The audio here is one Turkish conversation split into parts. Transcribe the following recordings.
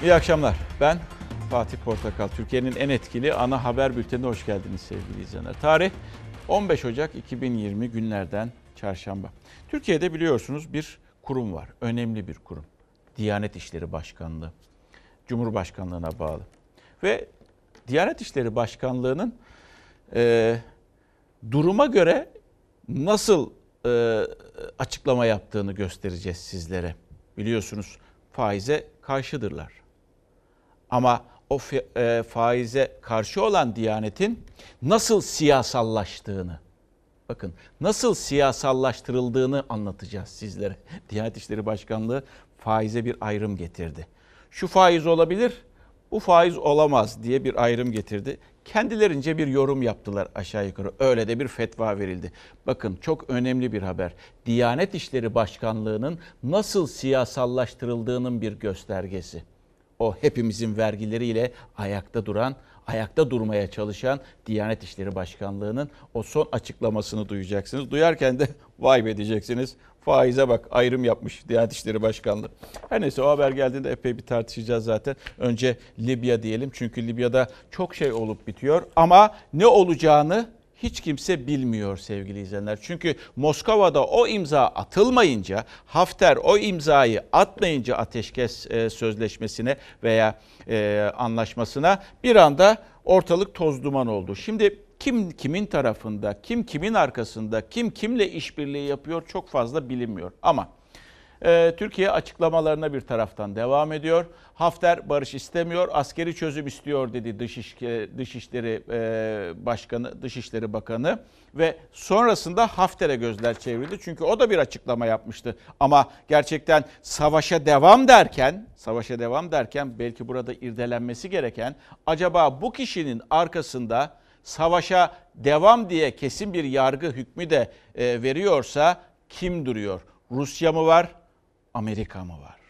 İyi akşamlar. Ben Fatih Portakal. Türkiye'nin en etkili ana haber bültenine hoş geldiniz sevgili izleyenler. Tarih 15 Ocak 2020 günlerden çarşamba. Türkiye'de biliyorsunuz bir kurum var. Önemli bir kurum. Diyanet İşleri Başkanlığı. Cumhurbaşkanlığına bağlı. Ve Diyanet İşleri Başkanlığı'nın duruma göre nasıl açıklama yaptığını göstereceğiz sizlere. Biliyorsunuz faize karşıdırlar. Ama o faize karşı olan Diyanet'in nasıl siyasallaştığını, bakın nasıl siyasallaştırıldığını anlatacağız sizlere. Diyanet İşleri Başkanlığı faize bir ayrım getirdi. Şu faiz olabilir, bu faiz olamaz diye bir ayrım getirdi. Kendilerince bir yorum yaptılar aşağı yukarı. Öyle de bir fetva verildi. Bakın çok önemli bir haber. Diyanet İşleri Başkanlığı'nın nasıl siyasallaştırıldığının bir göstergesi. O hepimizin vergileriyle ayakta duran, ayakta durmaya çalışan Diyanet İşleri Başkanlığı'nın o son açıklamasını duyacaksınız. Duyarken de vay be diyeceksiniz. Faize bak ayrım yapmış Diyanet İşleri Başkanlığı. Her neyse o haber geldiğinde epey bir tartışacağız zaten. Önce Libya diyelim çünkü Libya'da çok şey olup bitiyor ama ne olacağını hiç kimse bilmiyor sevgili izleyenler. Çünkü Moskova'da o imza atılmayınca, Hafter o imzayı atmayınca ateşkes sözleşmesine veya anlaşmasına bir anda ortalık toz duman oldu. Şimdi kim kimin tarafında, kim kimin arkasında, kim kimle işbirliği yapıyor çok fazla bilinmiyor. Ama Türkiye açıklamalarına bir taraftan devam ediyor. Hafter barış istemiyor, askeri çözüm istiyor dedi Dışişleri Bakanı ve sonrasında Hafter'e gözler çevrildi. Çünkü o da bir açıklama yapmıştı. Ama gerçekten savaşa devam derken belki burada irdelenmesi gereken acaba bu kişinin arkasında savaşa devam diye kesin bir yargı hükmü de veriyorsa kim duruyor? Rusya mı var? Amerika mı var?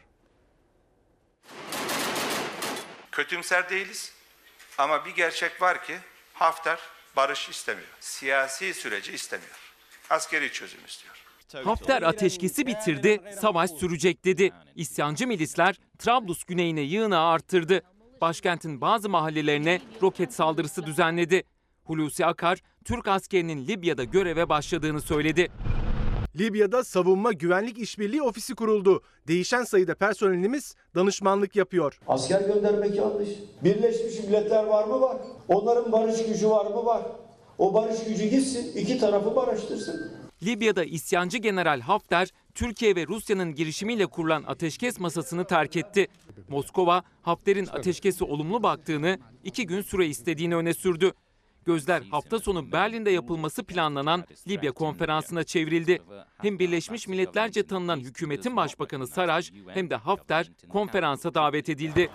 Kötümser değiliz ama bir gerçek var ki Hafter barış istemiyor. Siyasi süreci istemiyor. Askeri çözüm istiyor. Hafter ateşkesi bitirdi, savaş sürecek dedi. İsyancı milisler Trablus güneyine yığınağı arttırdı. Başkentin bazı mahallelerine roket saldırısı düzenledi. Hulusi Akar, Türk askerinin Libya'da göreve başladığını söyledi. Libya'da Savunma Güvenlik İşbirliği Ofisi kuruldu. Değişen sayıda personelimiz danışmanlık yapıyor. Asker göndermek yanlış. Birleşmiş Milletler var mı? Var. Onların barış gücü var mı? Var. O barış gücü gitsin, iki tarafı barıştırsın. Libya'da isyancı General Hafter, Türkiye ve Rusya'nın girişimiyle kurulan ateşkes masasını terk etti. Moskova, Hafter'in ateşkesi olumlu baktığını, 2 gün süre istediğini öne sürdü. Gözler hafta sonu Berlin'de yapılması planlanan Libya konferansına çevrildi. Hem Birleşmiş Milletlerce tanınan hükümetin başbakanı Sarraj hem de Hafter konferansa davet edildi.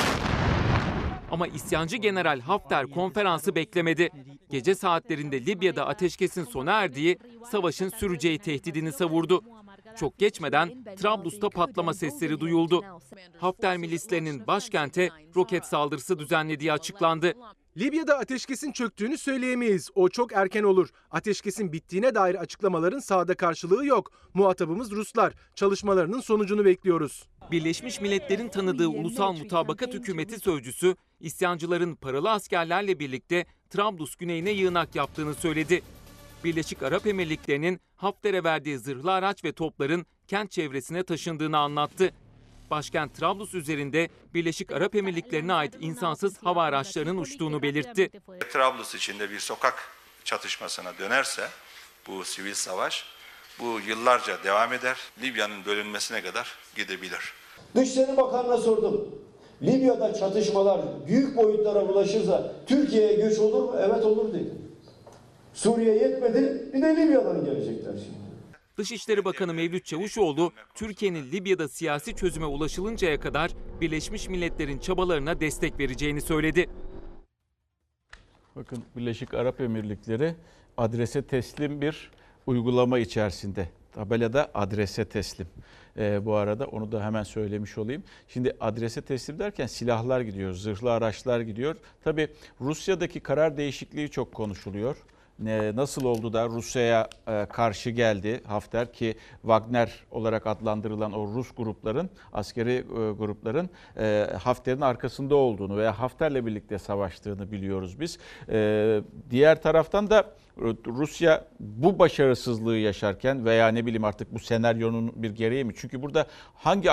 Ama isyancı General Hafter konferansı beklemedi. Gece saatlerinde Libya'da ateşkesin sona erdiği, savaşın süreceği tehdidini savurdu. Çok geçmeden Trablus'ta patlama sesleri duyuldu. Hafter milislerinin başkente roket saldırısı düzenlediği açıklandı. Libya'da ateşkesin çöktüğünü söyleyemeyiz. O çok erken olur. Ateşkesin bittiğine dair açıklamaların sahada karşılığı yok. Muhatabımız Ruslar. Çalışmalarının sonucunu bekliyoruz. Birleşmiş Milletler'in tanıdığı Ulusal Mutabakat Hükümeti sözcüsü, isyancıların paralı askerlerle birlikte Trablus güneyine yığınak yaptığını söyledi. Birleşik Arap Emirlikleri'nin Hafter'e verdiği zırhlı araç ve topların kent çevresine taşındığını anlattı. Başkent Trablus üzerinde Birleşik Arap Emirlikleri'ne ait insansız hava araçlarının uçtuğunu belirtti. Trablus içinde bir sokak çatışmasına dönerse bu sivil savaş bu yıllarca devam eder. Libya'nın bölünmesine kadar gidebilir. Dışişleri Bakanı'na sordum. Libya'da çatışmalar büyük boyutlara ulaşırsa Türkiye'ye göç olur mu? Evet olur dedi. Suriye yetmedi, bir de Libya'dan gelecekler şimdi. Dışişleri Bakanı Mevlüt Çavuşoğlu, Türkiye'nin Libya'da siyasi çözüme ulaşılıncaya kadar Birleşmiş Milletler'in çabalarına destek vereceğini söyledi. Bakın Birleşik Arap Emirlikleri adrese teslim bir uygulama içerisinde. Tabelada adrese teslim. Bu arada onu da hemen söylemiş olayım. Şimdi adrese teslim derken silahlar gidiyor, zırhlı araçlar gidiyor. Tabii Rusya'daki karar değişikliği çok konuşuluyor. Nasıl oldu da Rusya'ya karşı geldi Hafter ki Wagner olarak adlandırılan o Rus grupların, askeri grupların Hafter'in arkasında olduğunu veya Hafter'le birlikte savaştığını biliyoruz biz. Diğer taraftan da Rusya bu başarısızlığı yaşarken veya ne bileyim artık bu senaryonun bir gereği mi? Çünkü burada hangi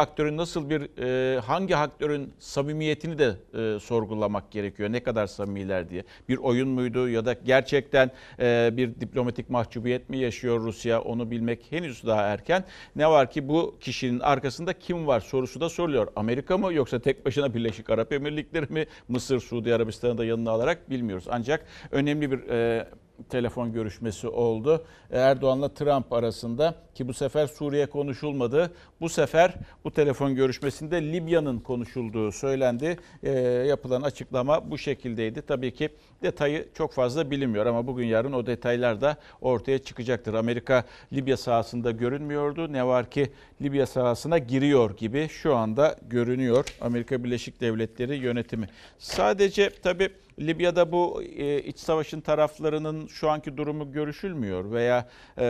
aktörün samimiyetini de sorgulamak gerekiyor. Ne kadar samimiler diye. Bir oyun muydu ya da gerçekten bir diplomatik mahcubiyet mi yaşıyor Rusya? Onu bilmek henüz daha erken. Ne var ki bu kişinin arkasında kim var sorusu da soruluyor. Amerika mı yoksa tek başına Birleşik Arap Emirlikleri mi? Mısır, Suudi Arabistan'ı da yanına alarak bilmiyoruz. Ancak önemli bir telefon görüşmesi oldu. Erdoğan'la Trump arasında ki bu sefer Suriye konuşulmadı. Bu sefer bu telefon görüşmesinde Libya'nın konuşulduğu söylendi. Yapılan açıklama bu şekildeydi. Tabii ki detayı çok fazla bilinmiyor ama bugün yarın o detaylar da ortaya çıkacaktır. Amerika Libya sahasında görünmüyordu. Ne var ki Libya sahasına giriyor gibi şu anda görünüyor Amerika Birleşik Devletleri yönetimi. Sadece tabii Libya'da bu iç savaşın taraflarının şu anki durumu görüşülmüyor veya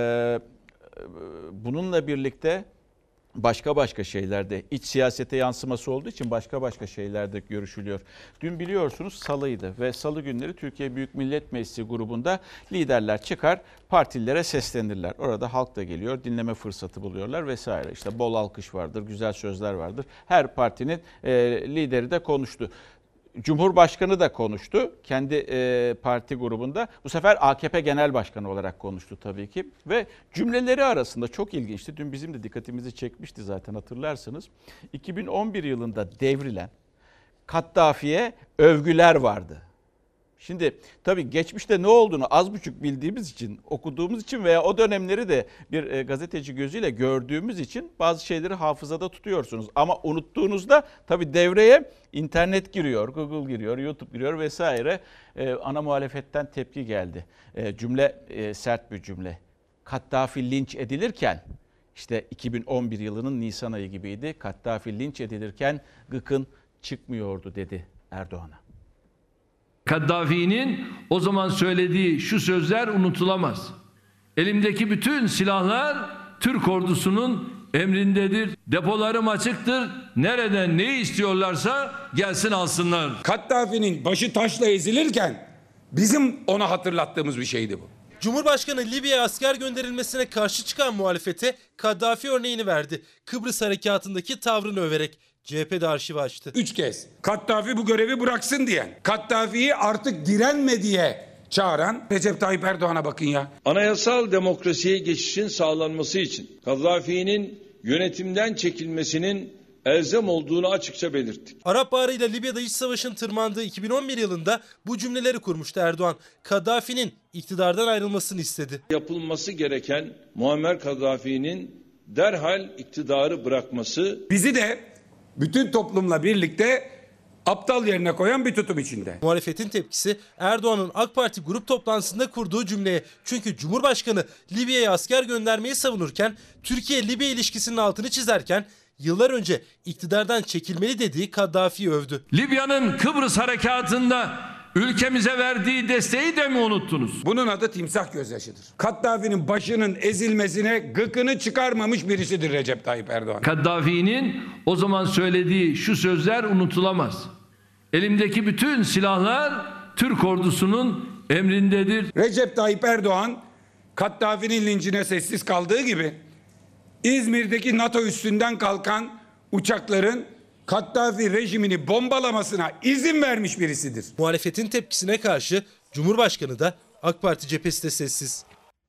bununla birlikte başka şeylerde iç siyasete yansıması olduğu için başka şeylerde görüşülüyor. Dün biliyorsunuz salıydı ve salı günleri Türkiye Büyük Millet Meclisi grubunda liderler çıkar, partilere seslenirler. Orada halk da geliyor, dinleme fırsatı buluyorlar vesaire. İşte bol alkış vardır, güzel sözler vardır. Her partinin lideri de konuştu. Cumhurbaşkanı da konuştu kendi parti grubunda. Bu sefer AKP Genel Başkanı olarak konuştu tabii ki. Ve cümleleri arasında çok ilginçti. Dün bizim de dikkatimizi çekmişti zaten hatırlarsınız. 2011 yılında devrilen Kaddafi'ye övgüler vardı. Şimdi tabii geçmişte ne olduğunu az buçuk bildiğimiz için, okuduğumuz için veya o dönemleri de bir gazeteci gözüyle gördüğümüz için bazı şeyleri hafızada tutuyorsunuz. Ama unuttuğunuzda tabii devreye internet giriyor, Google giriyor, YouTube giriyor vesaire. Ana muhalefetten tepki geldi. Cümle sert bir cümle. Kaddafi linç edilirken, işte 2011 yılının Nisan ayı gibiydi. Kaddafi linç edilirken gıkın çıkmıyordu dedi Erdoğan'a. Kaddafi'nin o zaman söylediği şu sözler unutulamaz. Elimdeki bütün silahlar Türk ordusunun emrindedir. Depolarım açıktır. Nereden ne istiyorlarsa gelsin alsınlar. Kaddafi'nin başı taşla ezilirken bizim ona hatırlattığımız bir şeydi bu. Cumhurbaşkanı Libya'ya asker gönderilmesine karşı çıkan muhalefete Kaddafi örneğini verdi. Kıbrıs harekatındaki tavrını överek CHP de arşivi açtı. 3 kez Kaddafi bu görevi bıraksın diyen, Kaddafi'yi artık direnme diye çağıran Recep Tayyip Erdoğan'a bakın ya. Anayasal demokrasiye geçişin sağlanması için Kaddafi'nin yönetimden çekilmesinin elzem olduğunu açıkça belirttik. Arap Baharı ile Libya'da iç savaşın tırmandığı 2011 yılında bu cümleleri kurmuştu Erdoğan. Kaddafi'nin iktidardan ayrılmasını istedi. Yapılması gereken Muammer Kaddafi'nin derhal iktidarı bırakması. Bizi de bütün toplumla birlikte aptal yerine koyan bir tutum içinde. Muhalefetin tepkisi Erdoğan'ın AK Parti grup toplantısında kurduğu cümleye. Çünkü Cumhurbaşkanı Libya'ya asker göndermeyi savunurken, Türkiye-Libya ilişkisinin altını çizerken yıllar önce iktidardan çekilmeli dediği Kaddafi'yi övdü. Libya'nın Kıbrıs harekatında ülkemize verdiği desteği de mi unuttunuz? Bunun adı timsah gözyaşıdır. Kaddafi'nin başının ezilmesine gıkını çıkarmamış birisidir Recep Tayyip Erdoğan. Kaddafi'nin o zaman söylediği şu sözler unutulamaz. Elimdeki bütün silahlar Türk ordusunun emrindedir. Recep Tayyip Erdoğan Kaddafi'nin lincine sessiz kaldığı gibi İzmir'deki NATO üssünden kalkan uçakların Kaddafi rejimini bombalamasına izin vermiş birisidir. Muhalefetin tepkisine karşı Cumhurbaşkanı da AK Parti cephesi de sessiz.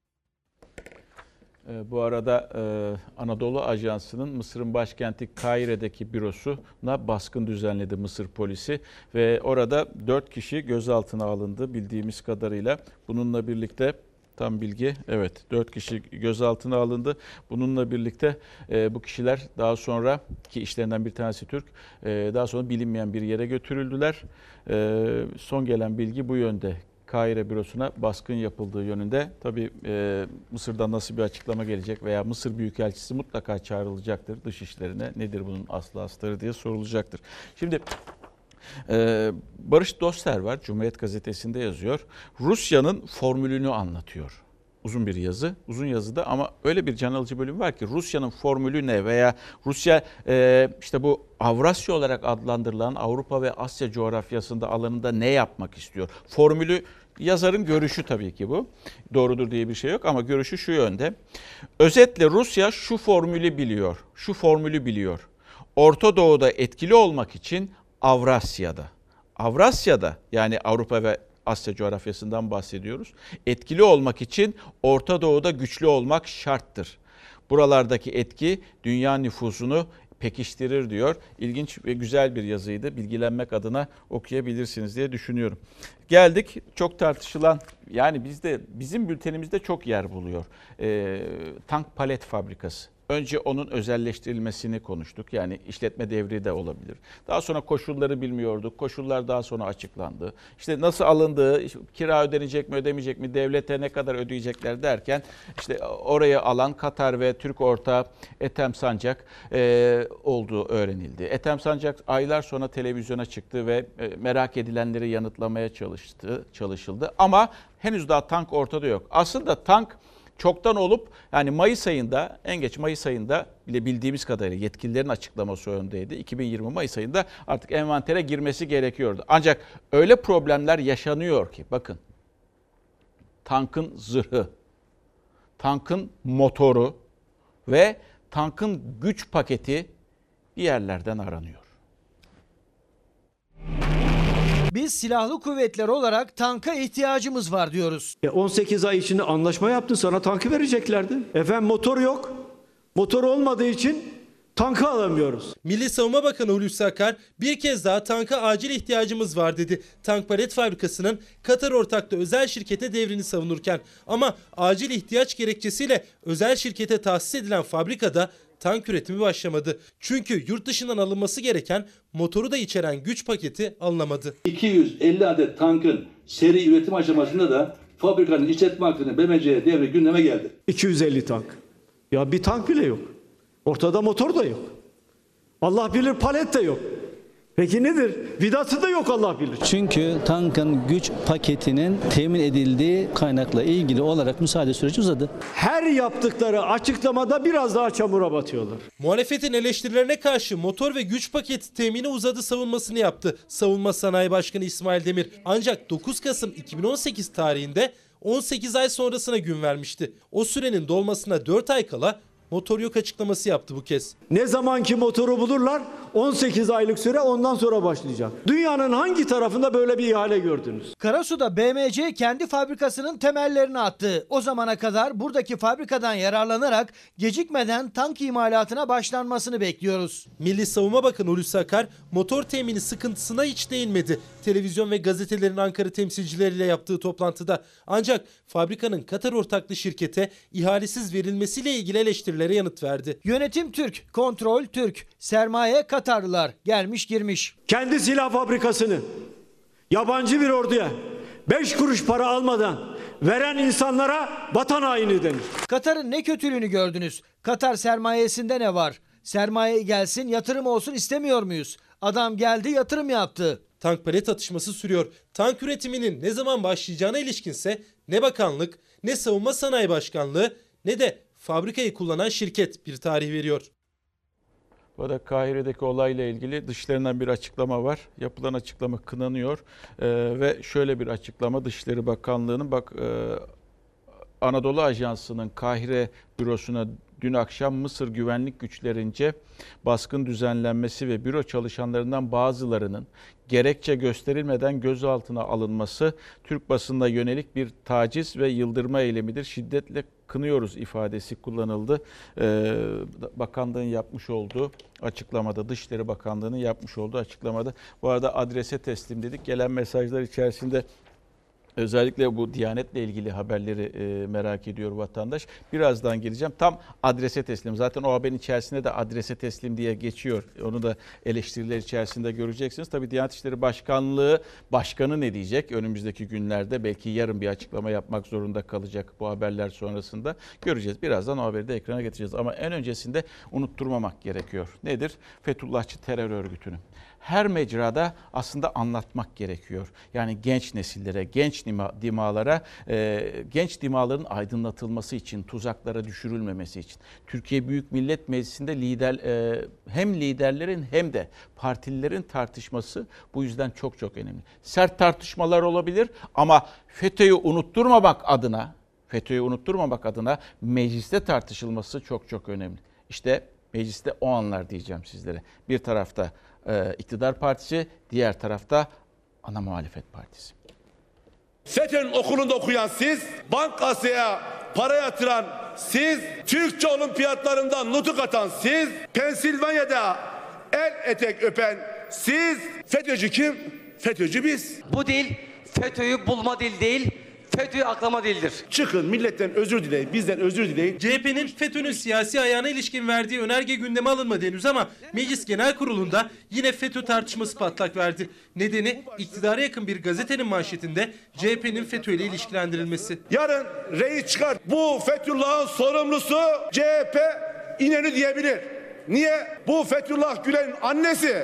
Bu arada Anadolu Ajansı'nın Mısır'ın başkenti Kahire'deki bürosuna baskın düzenledi Mısır polisi ve orada 4 kişi gözaltına alındı bildiğimiz kadarıyla. Bununla birlikte tam bilgi, evet 4 kişi gözaltına alındı. Bununla birlikte bu kişiler daha sonra, ki işlerinden bir tanesi Türk, daha sonra bilinmeyen bir yere götürüldüler. Son gelen bilgi bu yönde. Kahire bürosuna baskın yapıldığı yönünde. Tabii Mısır'dan nasıl bir açıklama gelecek veya Mısır Büyükelçisi mutlaka çağrılacaktır dışişlerine. Nedir bunun aslı astarı diye sorulacaktır. Şimdi Barış Doster var, Cumhuriyet Gazetesi'nde yazıyor. Rusya'nın formülünü anlatıyor. Uzun bir yazı, uzun yazıda ama öyle bir can alıcı bölüm var ki Rusya'nın formülü ne veya Rusya işte bu Avrasya olarak adlandırılan Avrupa ve Asya coğrafyasında alanında ne yapmak istiyor? Formülü yazarın görüşü tabii ki bu. Doğrudur diye bir şey yok ama görüşü şu yönde. Özetle Rusya şu formülü biliyor, şu formülü biliyor. Orta Doğu'da etkili olmak için Avrasya'da yani Avrupa ve Asya coğrafyasından bahsediyoruz. Etkili olmak için Orta Doğu'da güçlü olmak şarttır. Buralardaki etki dünya nüfusunu pekiştirir diyor. İlginç ve güzel bir yazıydı. Bilgilenmek adına okuyabilirsiniz diye düşünüyorum. Geldik çok tartışılan, yani bizim bültenimizde çok yer buluyor. Tank palet fabrikası. Önce onun özelleştirilmesini konuştuk. Yani işletme devri de olabilir. Daha sonra koşulları bilmiyorduk. Koşullar daha sonra açıklandı. İşte nasıl alındığı, kira ödenecek mi ödemeyecek mi, devlete ne kadar ödeyecekler derken işte oraya alan Katar ve Türk ortağı Ethem Sancak olduğu öğrenildi. Ethem Sancak aylar sonra televizyona çıktı ve merak edilenleri yanıtlamaya çalışıldı. Ama henüz daha tank ortada yok. Aslında tank çoktan olup yani Mayıs ayında, en geç Mayıs ayında bile bildiğimiz kadarıyla yetkililerin açıklaması yönündeydi. 2020 Mayıs ayında artık envantere girmesi gerekiyordu. Ancak öyle problemler yaşanıyor ki bakın, tankın zırhı, tankın motoru ve tankın güç paketi bir yerlerden aranıyor. Biz silahlı kuvvetler olarak tanka ihtiyacımız var diyoruz. 18 ay içinde anlaşma yaptın, sana tankı vereceklerdi. Efendim motor yok. Motor olmadığı için tankı alamıyoruz. Milli Savunma Bakanı Hulusi Akar bir kez daha tanka acil ihtiyacımız var dedi. Tank palet fabrikasının Katar ortaklı özel şirkete devrini savunurken ama acil ihtiyaç gerekçesiyle özel şirkete tahsis edilen fabrikada tank üretimi başlamadı. Çünkü yurt dışından alınması gereken motoru da içeren güç paketi alınamadı. 250 adet tankın seri üretim aşamasında da fabrikanın işletme hakkını BMC'ye devri gündeme geldi. 250 tank. Ya bir tank bile yok. Ortada motor da yok. Allah bilir palet de yok. Peki nedir? Vidası da yok Allah bilir. Çünkü tankın güç paketinin temin edildiği kaynakla ilgili olarak müsaade süreci uzadı. Her yaptıkları açıklamada biraz daha çamura batıyorlar. Muhalefetin eleştirilerine karşı motor ve güç paketi temini uzadı savunmasını yaptı Savunma Sanayi Başkanı İsmail Demir. Ancak 9 Kasım 2018 tarihinde 18 ay sonrasına gün vermişti. O sürenin dolmasına 4 ay kala motor yok açıklaması yaptı bu kez. Ne zamanki motoru bulurlar 18 aylık süre ondan sonra başlayacak. Dünyanın hangi tarafında böyle bir ihale gördünüz? Karasu'da BMC kendi fabrikasının temellerini attı. O zamana kadar buradaki fabrikadan yararlanarak gecikmeden tank imalatına başlanmasını bekliyoruz. Milli Savunma Bakanı Hulusi Akar motor temini sıkıntısına hiç değinmedi. Televizyon ve gazetelerin Ankara temsilcileriyle yaptığı toplantıda. Ancak fabrikanın Katar ortaklı şirkete ihalesiz verilmesiyle ilgili eleştirilere yanıt verdi. Yönetim Türk, kontrol Türk, sermaye Katarlılar gelmiş girmiş. Kendi silah fabrikasını yabancı bir orduya 5 kuruş para almadan veren insanlara vatan haini denir. Katar'ın ne kötülüğünü gördünüz? Katar sermayesinde ne var? Sermaye gelsin, yatırım olsun istemiyor muyuz? Adam geldi, yatırım yaptı. Tank palet atışması sürüyor. Tank üretiminin ne zaman başlayacağına ilişkinse ne bakanlık, ne Savunma Sanayi Başkanlığı, ne de fabrikayı kullanan şirket bir tarih veriyor. Bu da Kahire'deki olayla ilgili dışlarından bir açıklama var. Yapılan açıklama kınanıyor ve şöyle bir açıklama Dışişleri Bakanlığı'nın Anadolu Ajansı'nın Kahire bürosuna dün akşam Mısır güvenlik güçlerince baskın düzenlenmesi ve büro çalışanlarından bazılarının gerekçe gösterilmeden gözaltına alınması Türk basınına yönelik bir taciz ve yıldırma eylemidir. Şiddetle kınıyoruz ifadesi kullanıldı. Bakanlığın yapmış olduğu açıklamada, Dışişleri Bakanlığı'nın yapmış olduğu açıklamada. Bu arada adrese teslim dedik. Gelen mesajlar içerisinde özellikle bu Diyanet'le ilgili haberleri merak ediyor vatandaş. Birazdan geleceğim. Tam adrese teslim. Zaten o haberin içerisinde de adrese teslim diye geçiyor. Onu da eleştiriler içerisinde göreceksiniz. Tabii Diyanet İşleri Başkanlığı Başkanı ne diyecek? Önümüzdeki günlerde belki yarın bir açıklama yapmak zorunda kalacak bu haberler sonrasında. Göreceğiz. Birazdan o haberi de ekrana getireceğiz. Ama en öncesinde unutturmamak gerekiyor. Nedir? Fethullahçı terör örgütünü. her mecrada aslında anlatmak gerekiyor. Yani genç nesillere, genç dimalara, genç dimaların aydınlatılması için, tuzaklara düşürülmemesi için. Türkiye Büyük Millet Meclisi'nde hem liderlerin hem de partililerin tartışması bu yüzden çok çok önemli. Sert tartışmalar olabilir ama FETÖ'yü unutturmamak adına mecliste tartışılması çok çok önemli. İşte mecliste o anlar diyeceğim sizlere. Bir tarafta iktidar partisi, diğer tarafta ana muhalefet partisi. FETÖ'nün okulunda okuyan siz, bankasya para yatıran siz, Türkçe olimpiyatlarından nutuk atan siz, Pensilvanya'da el etek öpen siz. FETÖ'cü kim? FETÖ'cü biz. Bu dil FETÖ'yü bulma dil değil, FETÖ'yü aklama dildir. Çıkın milletten özür dileyin, bizden özür dileyin. CHP'nin FETÖ'nün siyasi ayağına ilişkin verdiği önerge gündeme alınmadı henüz ama Meclis Genel Kurulu'nda yine FETÖ tartışması patlak verdi. Nedeni iktidara yakın bir gazetenin manşetinde CHP'nin FETÖ ile ilişkilendirilmesi. Yarın reis çıkar. Bu Fethullah'ın sorumlusu CHP İnönü diyebilir. Niye? Bu Fethullah Gülen'in annesi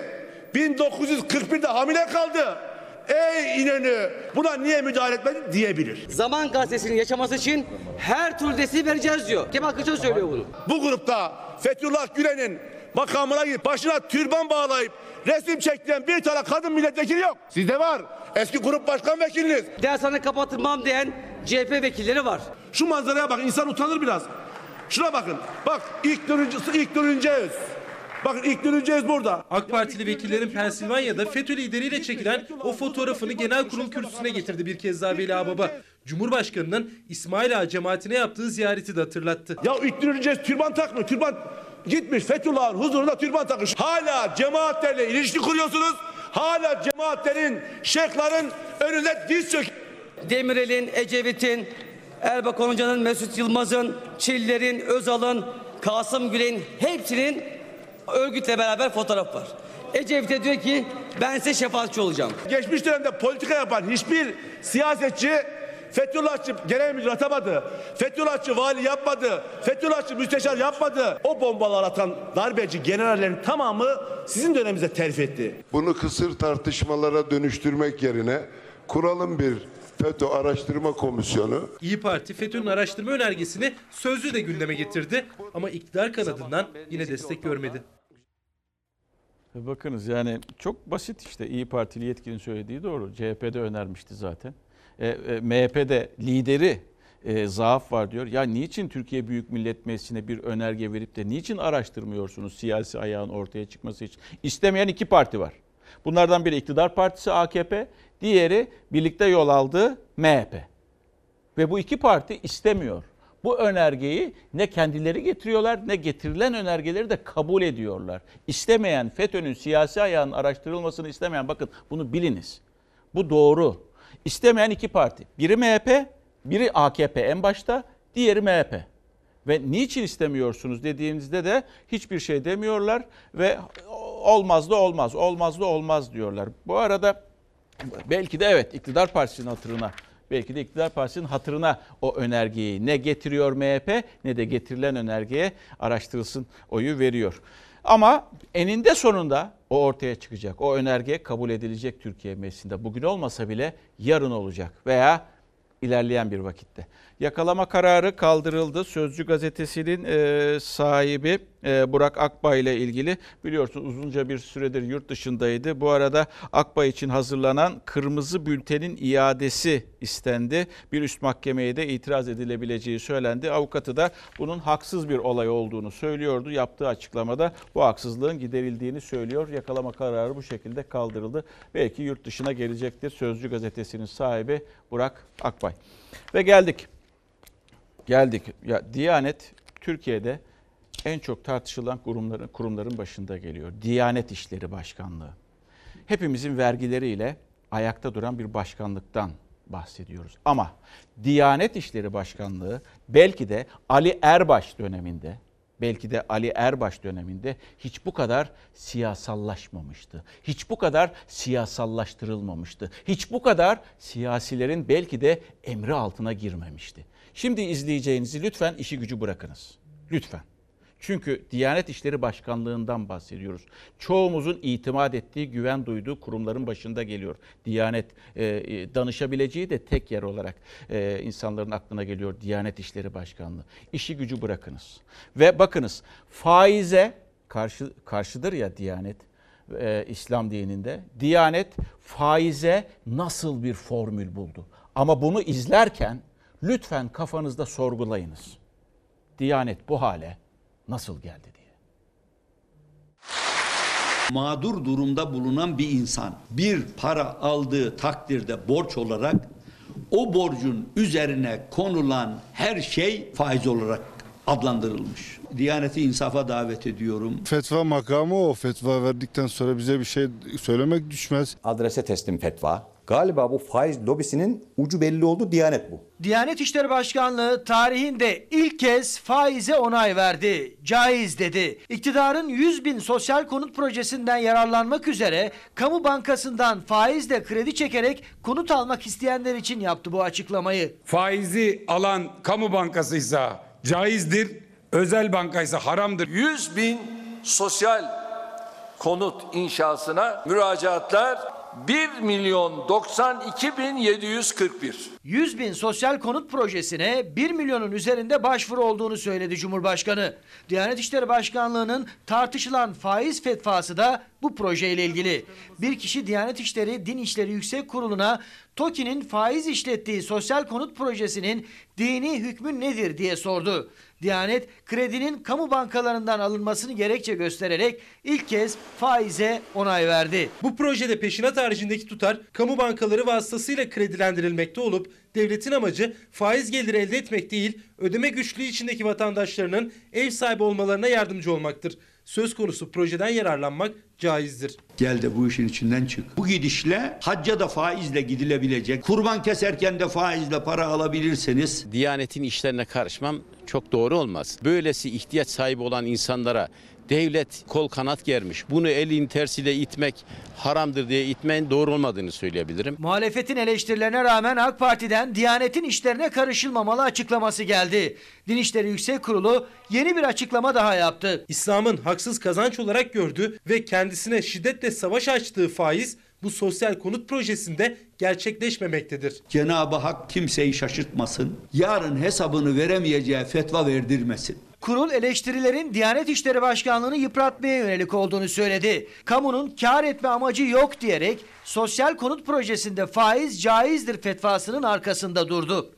1941'de hamile kaldı. Ey İnönü, buna niye müdahale etmedin diyebilir. Zaman Gazetesi'nin yaşaması için her türlü desteği vereceğiz diyor. Kemal Kılıçdaroğlu söylüyor bunu. Bu grupta Fethullah Gülen'in makamına gidip başına türban bağlayıp resim çektiren bir tane kadın milletvekili yok. Sizde var. Eski grup başkan vekiliniz. Dershane kapatılmam diyen CHP vekilleri var. Şu manzaraya bak, insan utanır biraz. Şuna bakın. Bak ilk dönünceğiz. Bakın ilk dönünceğiz burada. AK Partili vekillerin Pensilvanya'da FETÖ lideriyle çekilen o fotoğrafını genel kurul kürsüsüne getirdi bir kez daha Veli Ağbaba. Cumhurbaşkanının İsmail Ağa cemaatine yaptığı ziyareti de hatırlattı. Ya ilk dönünceğiz, türban takmıyor. Türban gitmiş Fethullah'ın huzurunda türban takmış. Hala cemaatlerle ilişki kuruyorsunuz. Hala cemaatlerin, şeyhlerin önünde diz çök. Demirel'in, Ecevit'in, Erbakan Hoca'nın, Mesut Yılmaz'ın, Çiller'in, Özal'ın, Kasım Gül'ün hepsinin örgütle beraber fotoğraf var. Ecevit'e diyor ki ben size şefaatçi olacağım. Geçmiş dönemde politika yapan hiçbir siyasetçi Fethullahçı genel müdür atamadı. Fethullahçı vali yapmadı. Fethullahçı müsteşar yapmadı. O bombalar atan darbeci generallerin tamamı sizin döneminizde terfi etti. Bunu kısır tartışmalara dönüştürmek yerine kuralım bir FETÖ Araştırma Komisyonu. İYİ Parti FETÖ'nün araştırma önergesini sözlü de gündeme getirdi ama iktidar kanadından yine destek görmedi. Bakınız yani çok basit işte İYİ Partili yetkilinin söylediği doğru. CHP'de önermişti zaten. MHP'de lideri zaaf var diyor. Ya niçin Türkiye Büyük Millet Meclisi'ne bir önerge verip de niçin araştırmıyorsunuz siyasi ayağın ortaya çıkması için? İstemeyen iki parti var. Bunlardan biri iktidar partisi AKP, diğeri birlikte yol aldığı MHP. Ve bu iki parti istemiyor. Bu önergeyi ne kendileri getiriyorlar ne getirilen önergeleri de kabul ediyorlar. İstemeyen, FETÖ'nün siyasi ayağının araştırılmasını istemeyen, bakın bunu biliniz. Bu doğru. İstemeyen iki parti. Biri MHP, biri AKP en başta, diğeri MHP. Ve niçin istemiyorsunuz dediğimizde de hiçbir şey demiyorlar ve olmaz da olmaz, olmaz da olmaz diyorlar. Bu arada belki de evet iktidar partisinin hatırına, belki de iktidar partisinin hatırına o önergeyi ne getiriyor MHP ne de getirilen önergeye araştırılsın oyu veriyor. Ama eninde sonunda o ortaya çıkacak. O önerge kabul edilecek Türkiye Meclisi'nde. Bugün olmasa bile yarın olacak veya ilerleyen bir vakitte. Yakalama kararı kaldırıldı. Sözcü gazetesinin sahibi Burak Akbay ile ilgili biliyorsunuz uzunca bir süredir yurt dışındaydı. Bu arada Akbay için hazırlanan kırmızı bültenin iadesi istendi. Bir üst mahkemeye de itiraz edilebileceği söylendi. Avukatı da bunun haksız bir olay olduğunu söylüyordu. Yaptığı açıklamada bu haksızlığın giderildiğini söylüyor. Yakalama kararı bu şekilde kaldırıldı. Belki yurt dışına gelecektir. Sözcü gazetesinin sahibi Burak Akbay. Ve geldik. Ya Diyanet Türkiye'de en çok tartışılan kurumların başında geliyor. Diyanet İşleri Başkanlığı. Hepimizin vergileriyle ayakta duran bir başkanlıktan bahsediyoruz. Ama Diyanet İşleri Başkanlığı belki de Ali Erbaş döneminde hiç bu kadar siyasallaşmamıştı. Hiç bu kadar siyasallaştırılmamıştı. Hiç bu kadar siyasilerin belki de emri altına girmemişti. Şimdi izleyeceğinizi lütfen işi gücü bırakınız. Lütfen. Çünkü Diyanet İşleri Başkanlığı'ndan bahsediyoruz. Çoğumuzun itimat ettiği, güven duyduğu kurumların başında geliyor. Diyanet danışabileceği de tek yer olarak insanların aklına geliyor Diyanet İşleri Başkanlığı. İşi gücü bırakınız. Ve bakınız, faize karşıdır ya Diyanet, İslam dininde. Diyanet faize nasıl bir formül buldu? Ama bunu izlerken lütfen kafanızda sorgulayınız. Diyanet bu hale nasıl geldi diye. Mağdur durumda bulunan bir insan bir para aldığı takdirde borç olarak o borcun üzerine konulan her şey faiz olarak adlandırılmış. Diyaneti insafa davet ediyorum. Fetva makamı o. Fetva verdikten sonra bize bir şey söylemek düşmez. Adrese teslim fetva. Galiba bu faiz lobisinin ucu belli oldu, Diyanet bu. Diyanet İşleri Başkanlığı tarihinde ilk kez faize onay verdi. Caiz dedi. İktidarın 100.000 sosyal konut projesinden yararlanmak üzere Kamu Bankası'ndan faizle kredi çekerek konut almak isteyenler için yaptı bu açıklamayı. Faizi alan kamu bankasıysa caizdir, özel bankaysa haramdır. 100.000 sosyal konut inşasına müracaatlar 1.092.741. 100.000 sosyal konut projesine 1 milyonun üzerinde başvuru olduğunu söyledi Cumhurbaşkanı. Diyanet İşleri Başkanlığı'nın tartışılan faiz fetvası da bu projeyle ilgili. Bir kişi Diyanet İşleri Din İşleri Yüksek Kurulu'na TOKİ'nin faiz işlettiği sosyal konut projesinin dini hükmü nedir diye sordu. Diyanet kredinin kamu bankalarından alınmasını gerekçe göstererek ilk kez faize onay verdi. Bu projede peşinat haricindeki tutar kamu bankaları vasıtasıyla kredilendirilmekte olup devletin amacı faiz geliri elde etmek değil, ödeme güçlüğü içindeki vatandaşlarının ev sahibi olmalarına yardımcı olmaktır. Söz konusu projeden yararlanmak caizdir. Gel de bu işin içinden çık. Bu gidişle hacca da faizle gidilebilecek. Kurban keserken de faizle para alabilirseniz. Diyanetin işlerine karışmam çok doğru olmaz. Böylesi ihtiyaç sahibi olan insanlara devlet kol kanat germiş. Bunu elin tersiyle itmek haramdır diye itmeyin, doğru olmadığını söyleyebilirim. Muhalefetin eleştirilerine rağmen AK Parti'den Diyanet'in işlerine karışılmamalı açıklaması geldi. Din İşleri Yüksek Kurulu yeni bir açıklama daha yaptı. İslam'ın haksız kazanç olarak gördüğü ve kendisine şiddetle savaş açtığı faiz bu sosyal konut projesinde gerçekleşmemektedir. Cenab-ı Hak kimseyi şaşırtmasın. Yarın hesabını veremeyeceği fetva verdirmesin. Kurul eleştirilerin Diyanet İşleri Başkanlığı'nı yıpratmaya yönelik olduğunu söyledi. Kamunun kar etme amacı yok diyerek sosyal konut projesinde faiz caizdir fetvasının arkasında durdu.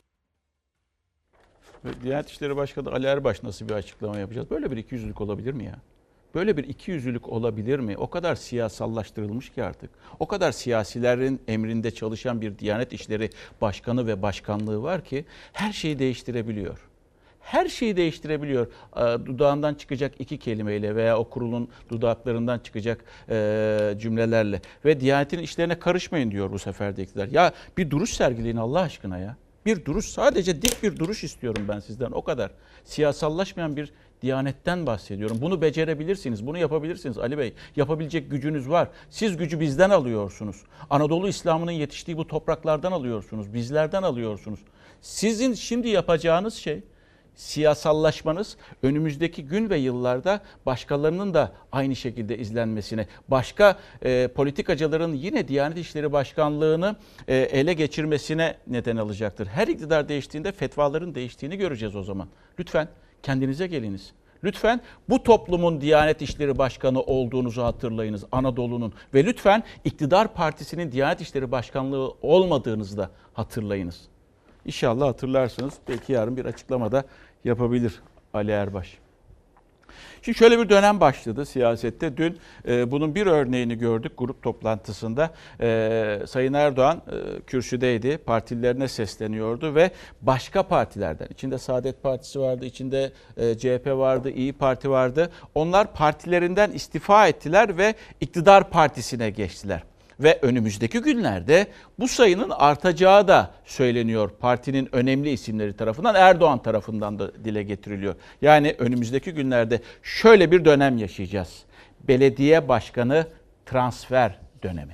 Diyanet İşleri Başkanı Ali Erbaş nasıl bir açıklama yapacağız? Böyle bir ikiyüzlülük olabilir mi ya? Böyle bir ikiyüzlülük olabilir mi? O kadar siyasallaştırılmış ki artık. O kadar siyasilerin emrinde çalışan bir Diyanet İşleri Başkanı ve başkanlığı var ki her şeyi değiştirebiliyor. Her şeyi değiştirebiliyor. Dudağından çıkacak iki kelimeyle veya o kurulun dudaklarından çıkacak cümlelerle. Ve Diyanet'in işlerine karışmayın diyor bu sefer de iktidar. Ya bir duruş sergileyin Allah aşkına ya. Bir duruş, sadece dik bir duruş istiyorum ben sizden, o kadar. Siyasallaşmayan bir Diyanet'ten bahsediyorum. Bunu becerebilirsiniz, bunu yapabilirsiniz Ali Bey. Yapabilecek gücünüz var. Siz gücü bizden alıyorsunuz. Anadolu İslam'ının yetiştiği bu topraklardan alıyorsunuz, bizlerden alıyorsunuz. Sizin şimdi yapacağınız şey, siyasallaşmanız, önümüzdeki gün ve yıllarda başkalarının da aynı şekilde izlenmesine, başka politikacıların yine Diyanet İşleri Başkanlığı'nı ele geçirmesine neden alacaktır. Her iktidar değiştiğinde fetvaların değiştiğini göreceğiz o zaman. Lütfen kendinize geliniz. Lütfen bu toplumun Diyanet İşleri Başkanı olduğunuzu hatırlayınız, Anadolu'nun. Ve lütfen iktidar partisinin Diyanet İşleri Başkanlığı olmadığınızı da hatırlayınız. İnşallah hatırlarsınız. Belki yarın bir açıklama da yapabilir Ali Erbaş. Şimdi şöyle bir dönem başladı siyasette. Dün bunun bir örneğini gördük grup toplantısında. Sayın Erdoğan kürsüdeydi, partililerine sesleniyordu ve başka partilerden, içinde Saadet Partisi vardı, içinde CHP vardı, İYİ Parti vardı. Onlar partilerinden istifa ettiler ve iktidar partisine geçtiler. Ve önümüzdeki günlerde bu sayının artacağı da söyleniyor. Partinin önemli isimleri tarafından, Erdoğan tarafından da dile getiriliyor. Yani önümüzdeki günlerde şöyle bir dönem yaşayacağız. Belediye başkanı transfer dönemi.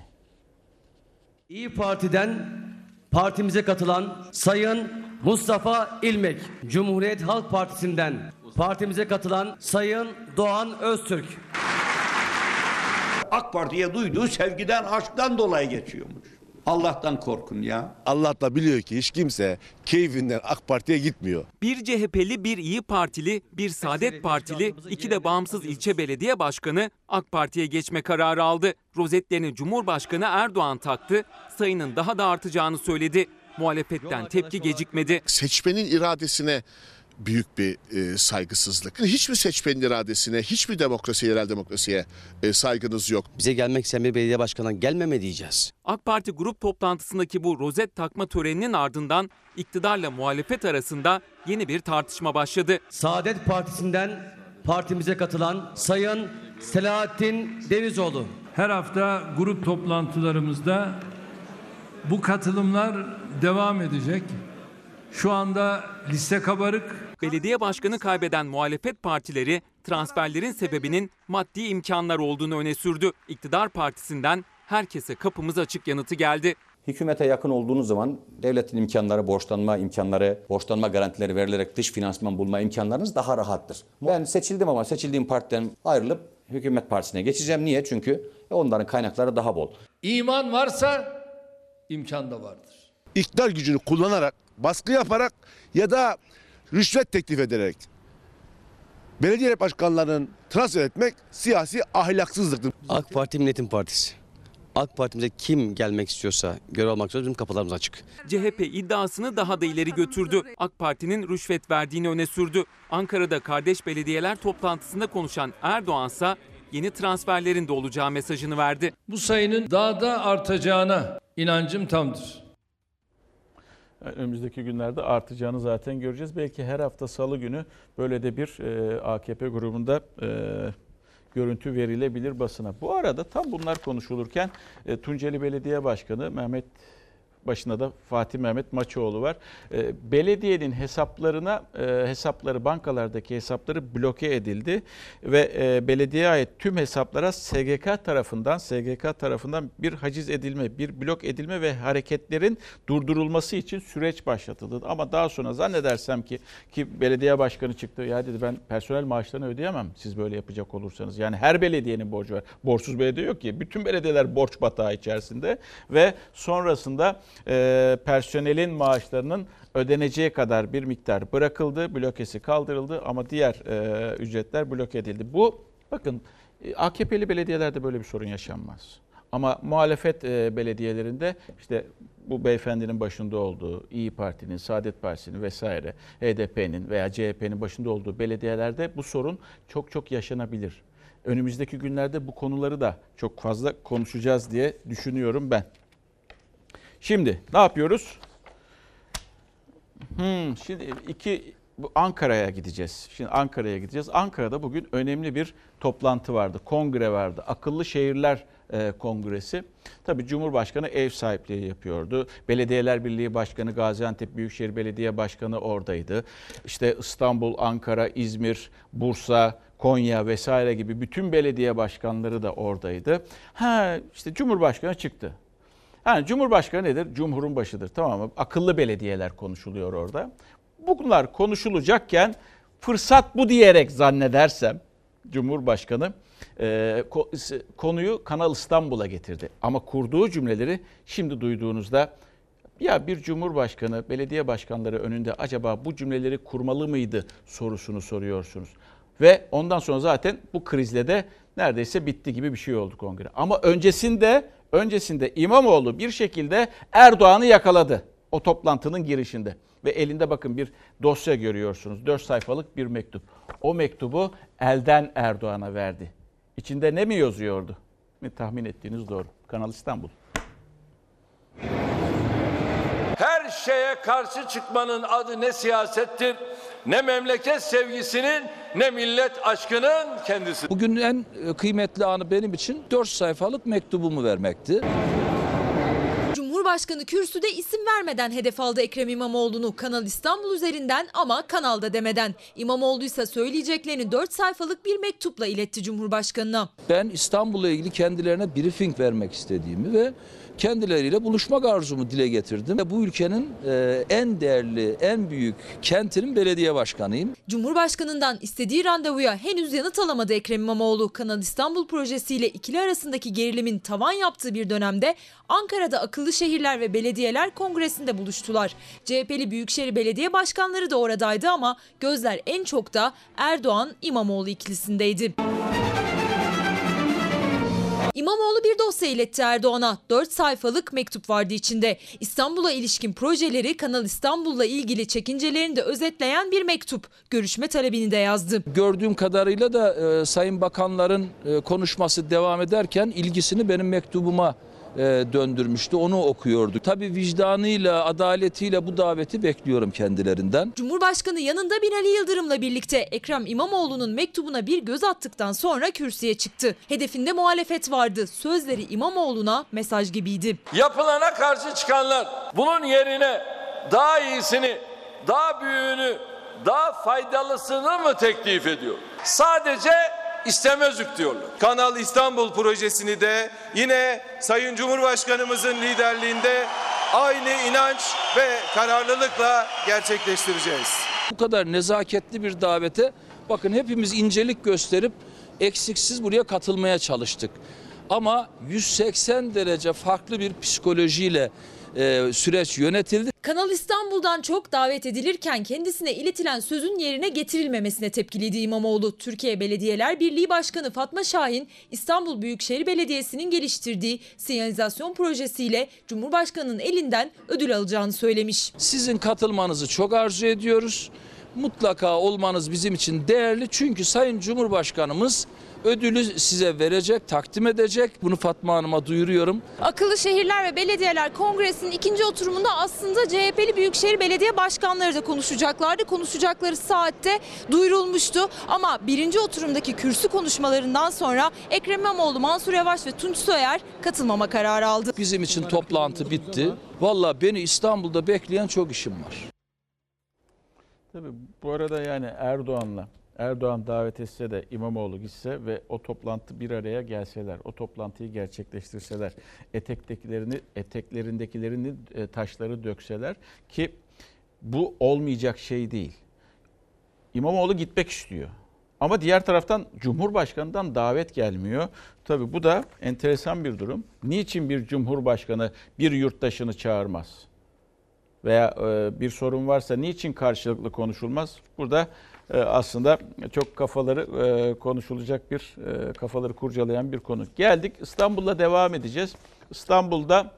İYİ Parti'den partimize katılan Sayın Mustafa İlmek, Cumhuriyet Halk Partisi'nden Partimize katılan Sayın Doğan Öztürk. AK Parti'ye duyduğu sevgiden, aşktan dolayı geçiyormuş. Allah'tan korkun ya. Allah da biliyor ki hiç kimse keyfinden AK Parti'ye gitmiyor. Bir CHP'li, bir İyi Partili, bir Saadet Partili, 2 de bağımsız ilçe belediye başkanı AK Parti'ye geçme kararı aldı. Rozetlerini Cumhurbaşkanı Erdoğan taktı, sayının daha da artacağını söyledi. Muhalefetten tepki gecikmedi. Seçmenin iradesine büyük bir saygısızlık. Hiçbir seçmenin iradesine, hiçbir demokrasiye, yerel demokrasiye saygınız yok. Bize gelmek isteyen bir belediye başkanına gelmeme diyeceğiz. AK Parti grup toplantısındaki bu rozet takma töreninin ardından iktidarla muhalefet arasında yeni bir tartışma başladı. Saadet Partisi'nden partimize katılan Sayın Selahattin Devizoğlu. Her hafta grup toplantılarımızda bu katılımlar devam edecek. Şu anda liste kabarık. Belediye başkanı kaybeden muhalefet partileri transferlerin sebebinin maddi imkanlar olduğunu öne sürdü. İktidar partisinden herkese kapımız açık yanıtı geldi. Hükümete yakın olduğunuz zaman devletin imkanları, borçlanma garantileri verilerek dış finansman bulma imkanlarınız daha rahattır. Ben seçildim ama seçildiğim partiden ayrılıp hükümet partisine geçeceğim. Niye? Çünkü onların kaynakları daha bol. İman varsa imkan da vardır. İktidar gücünü kullanarak, baskı yaparak ya da rüşvet teklif ederek belediye başkanlarının transfer etmek siyasi ahlaksızlıktır. AK Parti Milletin Partisi. AK Parti'mize kim gelmek istiyorsa, görev almak istiyorsa bizim kapılarımız açık. CHP iddiasını daha da ileri götürdü. AK Parti'nin rüşvet verdiğini öne sürdü. Ankara'da kardeş belediyeler toplantısında konuşan Erdoğan'sa yeni transferlerin de olacağı mesajını verdi. Bu sayının daha da artacağına inancım tamdır. Önümüzdeki günlerde artacağını zaten göreceğiz. Belki her hafta salı günü böyle de bir AKP grubunda görüntü verilebilir basına. Bu arada tam bunlar konuşulurken Tunceli Belediye Başkanı başında da Fatih Mehmet Maçoğlu var. Belediyenin hesapları, bankalardaki hesapları bloke edildi ve belediyeye ait tüm hesaplara SGK tarafından bir haciz edilme, bir blok edilme ve hareketlerin durdurulması için süreç başlatıldı. Ama daha sonra zannedersem ki belediye başkanı çıktı. Ya dedi, ben personel maaşlarını ödeyemem siz böyle yapacak olursanız. Yani her belediyenin borcu var. Borçsuz belediye yok ki. Bütün belediyeler borç batağı içerisinde ve sonrasında personelin maaşlarının ödeneceği kadar bir miktar bırakıldı, blokesi kaldırıldı ama diğer ücretler bloke edildi. Bu, bakın, AKP'li belediyelerde böyle bir sorun yaşanmaz. Ama muhalefet belediyelerinde işte bu beyefendinin başında olduğu İyi Parti'nin, Saadet Partisi'nin vesaire, HDP'nin veya CHP'nin başında olduğu belediyelerde bu sorun çok yaşanabilir. Önümüzdeki günlerde bu konuları da çok fazla konuşacağız diye düşünüyorum ben. Şimdi ne yapıyoruz? Şimdi Ankara'ya gideceğiz. Ankara'da bugün önemli bir toplantı vardı, kongre vardı. Akıllı Şehirler Kongresi. Tabii Cumhurbaşkanı ev sahipliği yapıyordu. Belediyeler Birliği Başkanı, Gaziantep Büyükşehir Belediye Başkanı oradaydı. İşte İstanbul, Ankara, İzmir, Bursa, Konya vesaire gibi bütün belediye başkanları da oradaydı. İşte Cumhurbaşkanı çıktı. Yani Cumhurbaşkanı nedir? Cumhurun başıdır, tamam mı? Akıllı belediyeler konuşuluyor orada. Bunlar konuşulacakken fırsat bu diyerek zannedersem Cumhurbaşkanı konuyu Kanal İstanbul'a getirdi. Ama kurduğu cümleleri şimdi duyduğunuzda, ya bir Cumhurbaşkanı belediye başkanları önünde acaba bu cümleleri kurmalı mıydı sorusunu soruyorsunuz. Ve ondan sonra zaten bu krizle de neredeyse bitti gibi bir şey oldu kongre. Ama öncesinde İmamoğlu bir şekilde Erdoğan'ı yakaladı o toplantının girişinde. Ve elinde bakın bir dosya görüyorsunuz. 4 sayfalık bir mektup. O mektubu elden Erdoğan'a verdi. İçinde ne mi yazıyordu? Tahmin ettiğiniz doğru. Kanal İstanbul. Her şeye karşı çıkmanın adı ne siyasettir, ne memleket sevgisinin, ne millet aşkının kendisi. Bugün en kıymetli anı benim için 4 sayfalık mektubumu vermekti. Cumhurbaşkanı kürsüde isim vermeden hedef aldı Ekrem İmamoğlu'nu Kanal İstanbul üzerinden ama kanalda demeden. İmamoğlu ise söyleyeceklerini 4 sayfalık bir mektupla iletti Cumhurbaşkanı'na. Ben İstanbul'la ilgili kendilerine briefing vermek istediğimi ve kendileriyle buluşmak arzumu dile getirdim. Bu ülkenin en değerli, en büyük kentinin belediye başkanıyım. Cumhurbaşkanından istediği randevuya henüz yanıt alamadı Ekrem İmamoğlu. Kanal İstanbul projesiyle ikili arasındaki gerilimin tavan yaptığı bir dönemde Ankara'da Akıllı Şehirler ve Belediyeler Kongresi'nde buluştular. CHP'li Büyükşehir Belediye Başkanları da oradaydı ama gözler en çok da Erdoğan-İmamoğlu ikilisindeydi. İmamoğlu bir dosya iletti Erdoğan'a. 4 sayfalık mektup vardı içinde. İstanbul'a ilişkin projeleri, Kanal İstanbul'la ilgili çekincelerini de özetleyen bir mektup. Görüşme talebini de yazdı. Gördüğüm kadarıyla da sayın bakanların konuşması devam ederken ilgisini benim mektubuma döndürmüştü. Onu okuyordu. Tabii vicdanıyla, adaletiyle bu daveti bekliyorum kendilerinden. Cumhurbaşkanı yanında Binali Yıldırım'la birlikte Ekrem İmamoğlu'nun mektubuna bir göz attıktan sonra kürsüye çıktı. Hedefinde muhalefet vardı. Sözleri İmamoğlu'na mesaj gibiydi. Yapılana karşı çıkanlar bunun yerine daha iyisini, daha büyüğünü, daha faydalısını mı teklif ediyor? Sadece istemezlik diyorlar. Kanal İstanbul projesini de yine Sayın Cumhurbaşkanımızın liderliğinde aynı inanç ve kararlılıkla gerçekleştireceğiz. Bu kadar nezaketli bir davete bakın hepimiz incelik gösterip eksiksiz buraya katılmaya çalıştık. Ama 180 derece farklı bir psikolojiyle süreç yönetildi. Kanal İstanbul'dan çok davet edilirken kendisine iletilen sözün yerine getirilmemesine tepkiliydi İmamoğlu. Türkiye Belediyeler Birliği Başkanı Fatma Şahin, İstanbul Büyükşehir Belediyesi'nin geliştirdiği sinyalizasyon projesiyle Cumhurbaşkanı'nın elinden ödül alacağını söylemiş. Sizin katılmanızı çok arzu ediyoruz. Mutlaka olmanız bizim için değerli çünkü Sayın Cumhurbaşkanımız ödülü size verecek, takdim edecek. Bunu Fatma Hanım'a duyuruyorum. Akıllı Şehirler ve Belediyeler Kongresi'nin ikinci oturumunda aslında CHP'li Büyükşehir Belediye Başkanları da konuşacaklardı. Konuşacakları saatte duyurulmuştu. Ama birinci oturumdaki kürsü konuşmalarından sonra Ekrem İmamoğlu, Mansur Yavaş ve Tunç Soyer katılmama kararı aldı. Bizim için toplantı bitti. Vallahi beni İstanbul'da bekleyen çok işim var. Tabii bu arada yani Erdoğan davet etse de İmamoğlu gitse ve o toplantı bir araya gelseler, o toplantıyı gerçekleştirseler, eteklerindekilerini taşları dökseler ki bu olmayacak şey değil. İmamoğlu gitmek istiyor. Ama diğer taraftan Cumhurbaşkanı'ndan davet gelmiyor. Tabii bu da enteresan bir durum. Niçin bir Cumhurbaşkanı bir yurttaşını çağırmaz? Veya bir sorun varsa niçin karşılıklı konuşulmaz? Burada aslında çok kafaları konuşulacak kafaları kurcalayan bir konu. Geldik İstanbul'la devam edeceğiz. İstanbul'da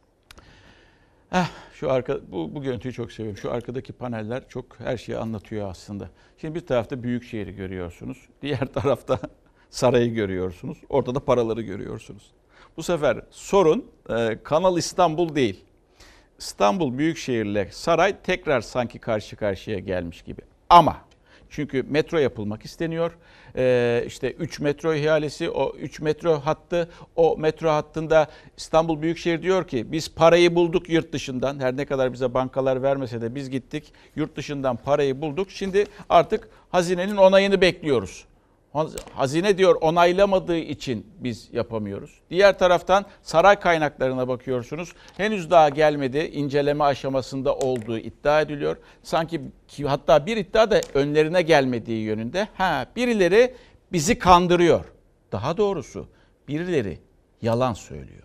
bu görüntüyü çok seviyorum. Şu arkadaki paneller çok her şeyi anlatıyor aslında. Şimdi bir tarafta Büyükşehir'i görüyorsunuz. Diğer tarafta sarayı görüyorsunuz. Orada da paraları görüyorsunuz. Bu sefer sorun Kanal İstanbul değil. İstanbul Büyükşehir'le saray tekrar sanki karşı karşıya gelmiş gibi. Ama çünkü metro yapılmak isteniyor. İşte 3 metro ihalesi, o 3 metro hattı, o metro hattında İstanbul Büyükşehir diyor ki biz parayı bulduk yurt dışından. Her ne kadar bize bankalar vermese de biz gittik yurt dışından parayı bulduk. Şimdi artık hazinenin onayını bekliyoruz. Hazine diyor onaylamadığı için biz yapamıyoruz. Diğer taraftan saray kaynaklarına bakıyorsunuz. Henüz daha gelmedi. İnceleme aşamasında olduğu iddia ediliyor. Sanki hatta bir iddia da önlerine gelmediği yönünde. Birileri bizi kandırıyor. Daha doğrusu birileri yalan söylüyor.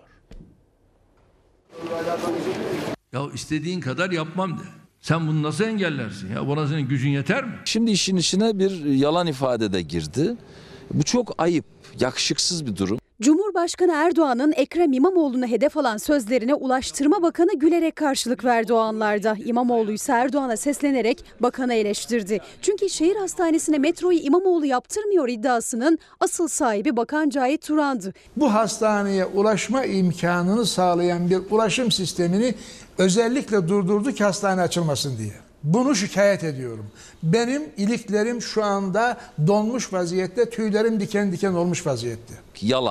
Ya istediğin kadar yapmam de. Sen bunu nasıl engellersin ya? Buna senin gücün yeter mi? Şimdi işin içine bir yalan ifade de girdi. Bu çok ayıp, yakışıksız bir durum. Cumhurbaşkanı Erdoğan'ın Ekrem İmamoğlu'na hedef alan sözlerine Ulaştırma Bakanı gülerek karşılık verdi o anlarda. İmamoğlu ise Erdoğan'a seslenerek bakanı eleştirdi. Çünkü şehir hastanesine metroyu İmamoğlu yaptırmıyor iddiasının asıl sahibi Bakan Cahit Turan'dı. Bu hastaneye ulaşma imkanını sağlayan bir ulaşım sistemini özellikle durdurdu ki hastane açılmasın diye. Bunu şikayet ediyorum. Benim iliklerim şu anda donmuş vaziyette, tüylerim diken diken olmuş vaziyette. Yalan.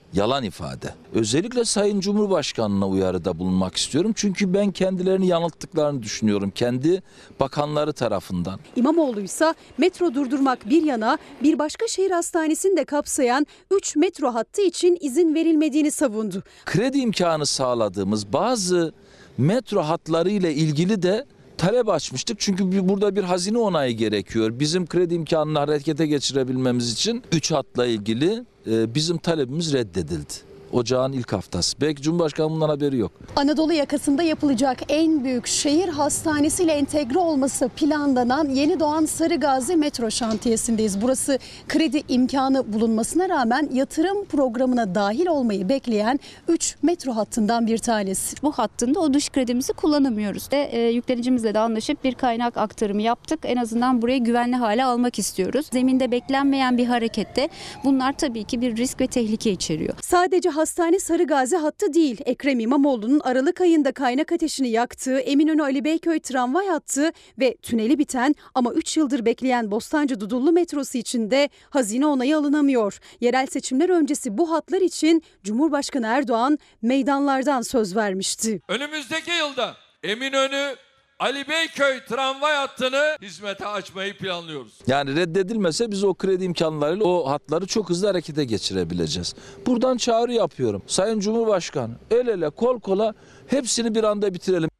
yalan ifade. Özellikle Sayın Cumhurbaşkanı'na uyarıda bulunmak istiyorum. Çünkü ben kendilerini yanılttıklarını düşünüyorum. Kendi bakanları tarafından. İmamoğlu ise metro durdurmak bir yana bir başka şehir hastanesini de kapsayan 3 metro hattı için izin verilmediğini savundu. Kredi imkanı sağladığımız bazı metro hatları ile ilgili de talep açmıştık. Çünkü burada bir hazine onayı gerekiyor. Bizim kredi imkanını harekete geçirebilmemiz için 3 hatla ilgili bizim talebimiz reddedildi. Ocağın ilk haftası. Belki Cumhurbaşkanı bundan haberi yok. Anadolu yakasında yapılacak en büyük şehir hastanesiyle entegre olması planlanan Yeni Doğan Sarıgazi metro şantiyesindeyiz. Burası kredi imkanı bulunmasına rağmen yatırım programına dahil olmayı bekleyen 3 metro hattından bir tanesi. Bu hattında o dış kredimizi kullanamıyoruz. Yüklenicimizle de anlaşıp bir kaynak aktarımı yaptık. En azından burayı güvenli hale almak istiyoruz. Zeminde beklenmeyen bir harekette bunlar tabii ki bir risk ve tehlike içeriyor. Sadece hastane Sarıgazi hattı değil, Ekrem İmamoğlu'nun Aralık ayında kaynak ateşini yaktığı Eminönü Ali Beyköy tramvay hattı ve tüneli biten ama 3 yıldır bekleyen Bostancı Dudullu metrosu için de hazine onayı alınamıyor. Yerel seçimler öncesi bu hatlar için Cumhurbaşkanı Erdoğan meydanlardan söz vermişti. Önümüzdeki yılda Eminönü Ali Beyköy tramvay hattını hizmete açmayı planlıyoruz. Yani reddedilmese biz o kredi imkanlarıyla o hatları çok hızlı harekete geçirebileceğiz. Buradan çağrı yapıyorum. Sayın Cumhurbaşkanı el ele kol kola hepsini bir anda bitirelim.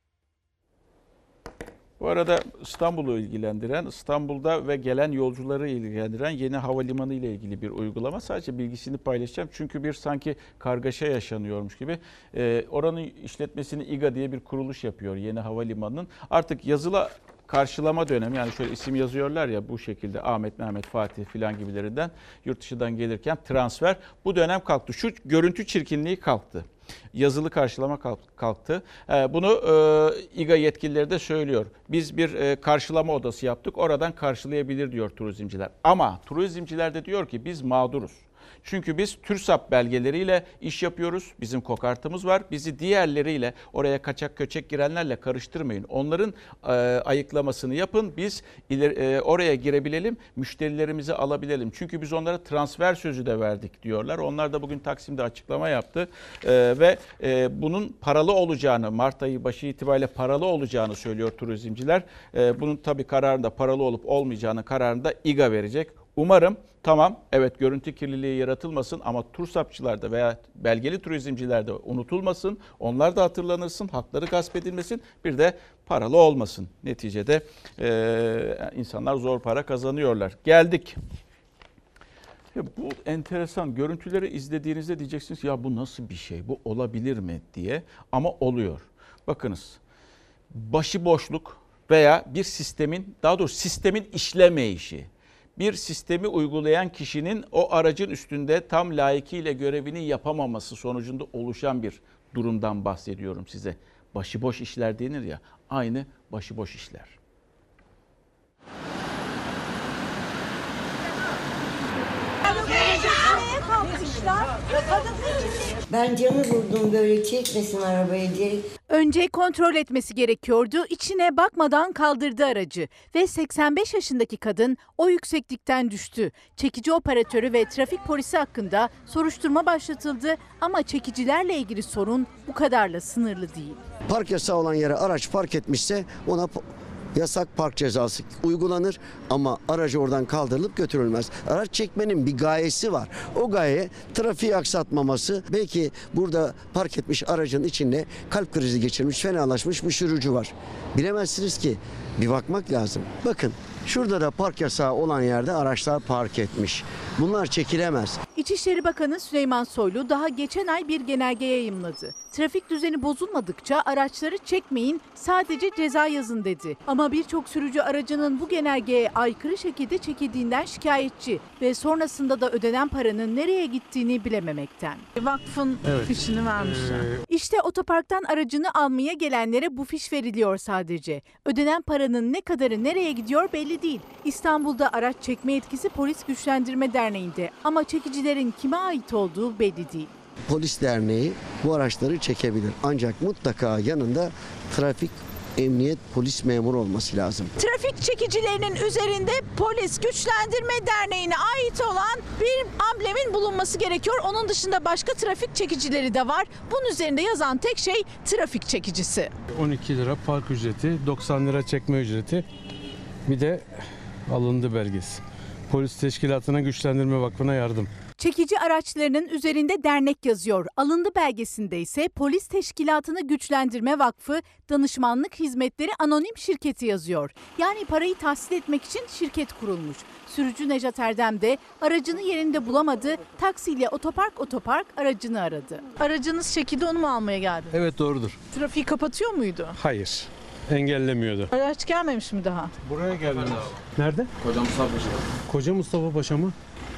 Bu arada İstanbul'u ilgilendiren, İstanbul'da ve gelen yolcuları ilgilendiren yeni havalimanı ile ilgili bir uygulama. Sadece bilgisini paylaşacağım. Çünkü bir sanki kargaşa yaşanıyormuş gibi. Oranın işletmesini İGA diye bir kuruluş yapıyor yeni havalimanının. Artık yazılı karşılama dönemi, yani şöyle isim yazıyorlar ya bu şekilde Ahmet, Mehmet, Fatih filan gibilerinden yurt dışından gelirken transfer, bu dönem kalktı. Şu görüntü çirkinliği kalktı. Yazılı karşılama kalktı. Bunu İGA yetkilileri de söylüyor. Biz bir karşılama odası yaptık. Oradan karşılayabilir diyor turizmciler. Ama turizmciler de diyor ki biz mağduruz. Çünkü biz TÜRSAP belgeleriyle iş yapıyoruz. Bizim kokartımız var. Bizi diğerleriyle, oraya kaçak köçek girenlerle karıştırmayın. Onların ayıklamasını yapın. Biz oraya girebilelim, müşterilerimizi alabilelim. Çünkü biz onlara transfer sözü de verdik diyorlar. Onlar da bugün Taksim'de açıklama yaptı. Ve bunun paralı olacağını, Mart ayı başı itibariyle paralı olacağını söylüyor turizmciler. Bunun tabii kararında paralı olup olmayacağını kararında İGA verecek. Umarım tamam, evet, görüntü kirliliği yaratılmasın ama TÜRSAPçılar da veya belgeli turizmciler de unutulmasın. Onlar da hatırlanırsın, hakları gasp edilmesin, bir de paralı olmasın. Neticede insanlar zor para kazanıyorlar. Geldik. Bu enteresan görüntüleri izlediğinizde diyeceksiniz ya bu nasıl bir şey, bu olabilir mi diye, ama oluyor. Bakınız, başıboşluk veya bir sistemin, daha doğrusu sistemin işlemeyişi, bir sistemi uygulayan kişinin o aracın üstünde tam layıkıyla görevini yapamaması sonucunda oluşan bir durumdan bahsediyorum size. Başıboş işler denir ya, aynı başıboş işler. Ben camı vurdum, böyle çekmesin arabayı diye. Önce kontrol etmesi gerekiyordu. İçine bakmadan kaldırdı aracı ve 85 yaşındaki kadın o yükseklikten düştü. Çekici operatörü ve trafik polisi hakkında soruşturma başlatıldı ama çekicilerle ilgili sorun bu kadarla sınırlı değil. Park yasağı olan yere araç park etmişse ona yasak park cezası uygulanır ama aracı oradan kaldırılıp götürülmez. Araç çekmenin bir gayesi var. O gaye trafiği aksatmaması. Belki burada park etmiş aracın içinde kalp krizi geçirmiş, fenalaşmış bir sürücü var. Bilemezsiniz ki, bir bakmak lazım. Bakın, şurada da park yasağı olan yerde araçlar park etmiş. Bunlar çekilemez. İçişleri Bakanı Süleyman Soylu daha geçen ay bir genelge yayımladı. Trafik düzeni bozulmadıkça araçları çekmeyin, sadece ceza yazın dedi. Ama birçok sürücü aracının bu genelgeye aykırı şekilde çekildiğinden şikayetçi ve sonrasında da ödenen paranın nereye gittiğini bilememekten. Vakfın fişini vermişler. İşte otoparktan aracını almaya gelenlere bu fiş veriliyor sadece. Ödenen paranın ne kadarı nereye gidiyor belli değil. İstanbul'da araç çekme yetkisi Polis Güçlendirme Derneği'nde ama çekicilerin kime ait olduğu belli değil. Polis derneği bu araçları çekebilir. Ancak mutlaka yanında trafik emniyet polis memuru olması lazım. Trafik çekicilerinin üzerinde Polis Güçlendirme Derneği'ne ait olan bir amblemin bulunması gerekiyor. Onun dışında başka trafik çekicileri de var. Bunun üzerinde yazan tek şey trafik çekicisi. 12 lira park ücreti, 90 lira çekme ücreti, bir de alındı belgesi. Polis Teşkilatı'na, Güçlendirme Vakfı'na yardım. Çekici araçlarının üzerinde dernek yazıyor. Alındı belgesinde ise Polis Teşkilatı'nı Güçlendirme Vakfı Danışmanlık Hizmetleri Anonim Şirketi yazıyor. Yani parayı tahsil etmek için şirket kurulmuş. Sürücü Necat Erdem de aracını yerinde bulamadı. Taksiyle otopark aracını aradı. Aracınız çekildi, onu mu almaya geldi? Evet, doğrudur. Trafiği kapatıyor muydu? Hayır, engellemiyordu. Araç gelmemiş mi daha? Buraya geldim. Nerede? Koca Mustafa Paşa. Koca Mustafa Paşa mı?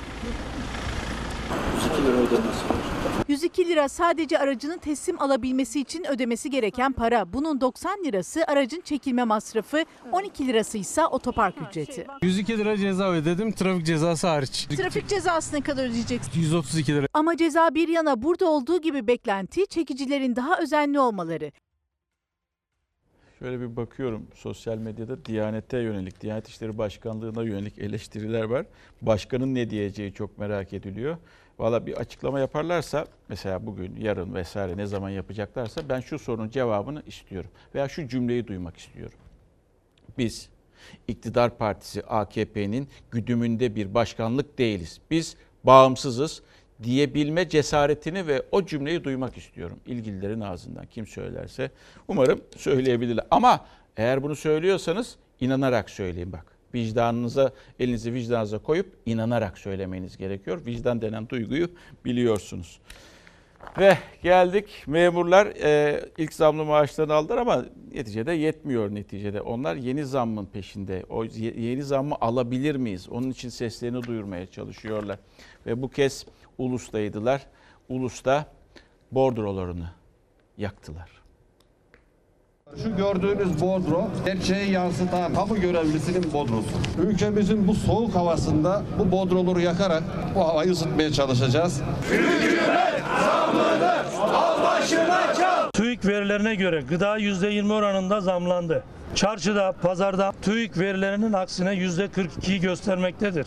102 lira ödemesi. 102 lira sadece aracını teslim alabilmesi için ödemesi gereken para. Bunun 90 lirası aracın çekilme masrafı, 12 lirası ise otopark ücreti. 102 lira ceza ödedim, trafik cezası hariç. Trafik cezası ne kadar ödeyeceksin? 132 lira. Ama ceza bir yana, burada olduğu gibi beklenti çekicilerin daha özenli olmaları. Şöyle bir bakıyorum sosyal medyada Diyanet'e yönelik, Diyanet İşleri Başkanlığı'na yönelik eleştiriler var. Başkanın ne diyeceği çok merak ediliyor. Valla bir açıklama yaparlarsa, mesela bugün, yarın vesaire ne zaman yapacaklarsa ben şu sorunun cevabını istiyorum. Veya şu cümleyi duymak istiyorum. Biz iktidar partisi AKP'nin güdümünde bir başkanlık değiliz. Biz bağımsızız diyebilme cesaretini ve o cümleyi duymak istiyorum. İlgililerin ağzından kim söylerse umarım söyleyebilirler. Ama eğer bunu söylüyorsanız inanarak söyleyin bak. Vicdanınıza, elinizi vicdanınıza koyup inanarak söylemeniz gerekiyor. Vicdan denen duyguyu biliyorsunuz. Ve geldik, memurlar ilk zamlı maaşlarını aldılar ama neticede yetmiyor neticede. Onlar yeni zammın peşinde. O yeni zammı alabilir miyiz? Onun için seslerini duyurmaya çalışıyorlar. Ve bu kez Ulus'taydılar. Ulus'ta bordrolarını yaktılar. Şu gördüğünüz bordro gerçeği yansıtan kamu görevlisinin bordrosu. Ülkemizin bu soğuk havasında bu bordroları yakarak bu havayı ısıtmaya çalışacağız. Hükümet zammını al başına çal. TÜİK verilerine göre gıda %20 oranında zamlandı. Çarşıda, pazarda TÜİK verilerinin aksine %42'yi göstermektedir.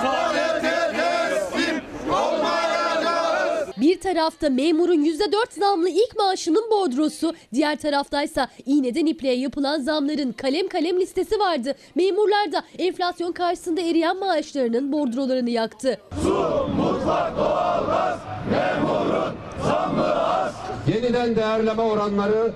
Bir tarafta memurun %4 zamlı ilk maaşının bordrosu, diğer taraftaysa iğneden ipliğe yapılan zamların kalem kalem listesi vardı. Memurlar da enflasyon karşısında eriyen maaşlarının bordrolarını yaktı. Su, mutfak, doğalgaz, memurun zammı az. Yeniden değerleme oranları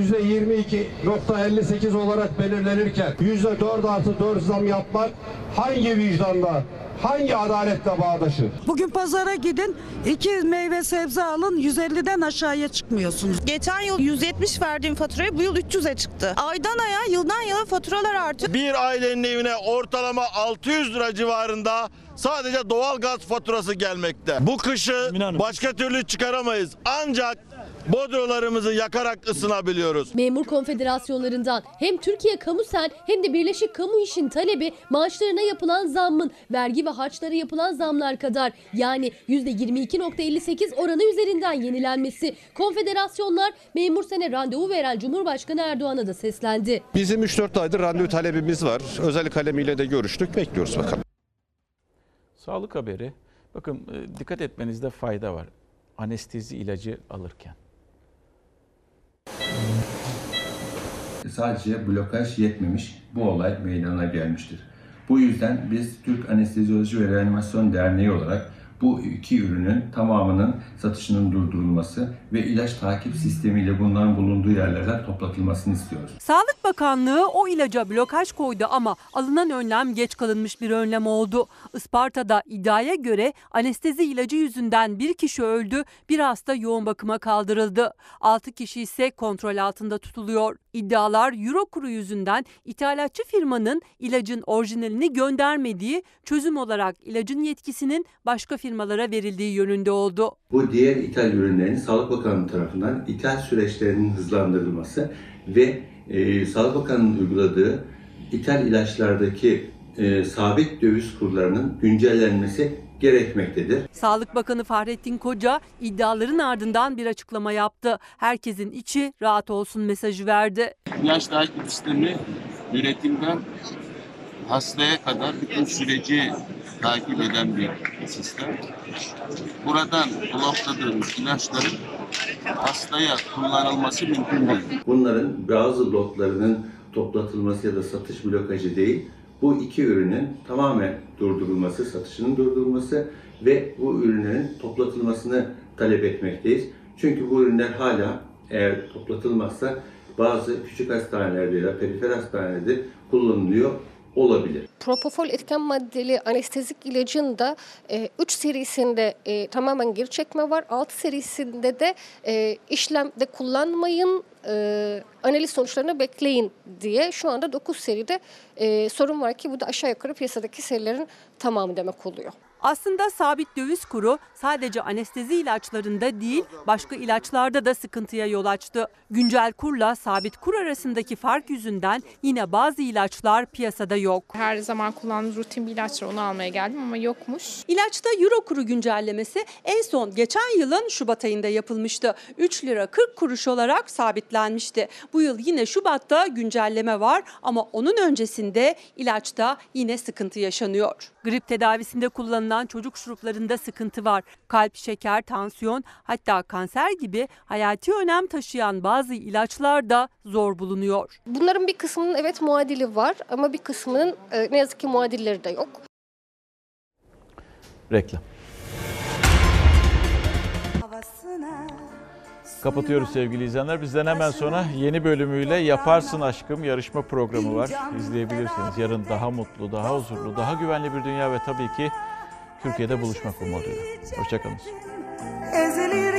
%22.58 olarak belirlenirken %4+4 zam yapmak hangi vicdanda, hangi adaletle bağdaşır? Bugün pazara gidin, 2 meyve sebze alın, 150'den aşağıya çıkmıyorsunuz. Geçen yıl 170 verdiğim faturayı bu yıl 300'e çıktı. Aydan aya, yıldan yıla faturalar artıyor. Bir ailenin evine ortalama 600 lira civarında sadece doğalgaz faturası gelmekte. Bu kışı başka türlü çıkaramayız. Ancak bodrolarımızı yakarak ısınabiliyoruz. Memur konfederasyonlarından hem Türkiye Kamusel hem de Birleşik Kamu İş'in talebi maaşlarına yapılan zammın vergi ve harçlara yapılan zamlar kadar, yani %22.58 oranı üzerinden yenilenmesi. Konfederasyonlar memur sene randevu veren Cumhurbaşkanı Erdoğan'a da seslendi. Bizim 3-4 aydır randevu talebimiz var. Özel kalemiyle de görüştük. Bekliyoruz bakalım. Sağlık haberi. Bakın dikkat etmenizde fayda var. Anestezi ilacı alırken. Sadece blokaj yetmemiş, bu olay meydana gelmiştir. Bu yüzden biz Türk Anestezioloji ve Reanimasyon Derneği olarak bu iki ürünün tamamının satışının durdurulması ve ilaç takip sistemiyle bunların bulunduğu yerlerden toplatılmasını istiyoruz. Sağlık Bakanlığı o ilaca blokaj koydu ama alınan önlem geç kalınmış bir önlem oldu. Isparta'da iddiaya göre anestezi ilacı yüzünden bir kişi öldü, bir hasta yoğun bakıma kaldırıldı. 6 kişi ise kontrol altında tutuluyor. İddialar Eurokuru yüzünden ithalatçı firmanın ilacın orijinalini göndermediği, çözüm olarak ilacın yetkisinin başka firmalara verildiği yönünde oldu. Bu diğer ithal ürünlerin Sağlık Bakanlığı tarafından ithal süreçlerinin hızlandırılması ve Sağlık Bakanlığı'nın uyguladığı ithal ilaçlardaki sabit döviz kurlarının güncellenmesi gerekmektedir. Sağlık Bakanı Fahrettin Koca iddiaların ardından bir açıklama yaptı. Herkesin içi rahat olsun mesajı verdi. İlaç takip sistemi üretimden hastaya kadar bütün süreci takip eden bir sistem. Buradan blokladığımız ilaçların hastaya kullanılması mümkün değil. Bunların bazı lotlarının toplatılması ya da satış blokajı değil, bu iki ürünün tamamen durdurulması, satışının durdurulması ve bu ürünlerin toplatılmasını talep etmekteyiz. Çünkü bu ürünler hala eğer toplatılmazsa bazı küçük hastanelerde ya da perifer hastanelerde kullanılıyor olabilir. Propofol etken maddeli anestezik ilacın da 3 serisinde tamamen geri çekme var. 6 serisinde de işlemde kullanmayın, analiz sonuçlarını bekleyin diye şu anda 9 seride sorun var ki bu da aşağı yukarı piyasadaki serilerin tamamı demek oluyor. Aslında sabit döviz kuru sadece anestezi ilaçlarında değil başka ilaçlarda da sıkıntıya yol açtı. Güncel kurla sabit kur arasındaki fark yüzünden yine bazı ilaçlar piyasada yok. Her zaman kullandığımız rutin bir ilaç var, onu almaya geldim ama yokmuş. İlaçta euro kuru güncellemesi en son geçen yılın Şubat ayında yapılmıştı. 3 lira 40 kuruş olarak sabitlenmişti. Bu yıl yine Şubat'ta güncelleme var ama onun öncesinde ilaçta yine sıkıntı yaşanıyor. Grip tedavisinde kullanılan çocuk şuruplarında sıkıntı var. Kalp, şeker, tansiyon hatta kanser gibi hayati önem taşıyan bazı ilaçlar da zor bulunuyor. Bunların bir kısmının evet muadili var ama bir kısmının ne yazık ki muadilleri de yok. Reklam. Kapatıyoruz sevgili izleyenler. Bizden hemen sonra yeni bölümüyle Yaparsın Aşkım yarışma programı var. İzleyebilirsiniz. Yarın daha mutlu, daha huzurlu, daha güvenli bir dünya ve tabii ki Türkiye'de buluşmak umuduyla. Hoşçakalın.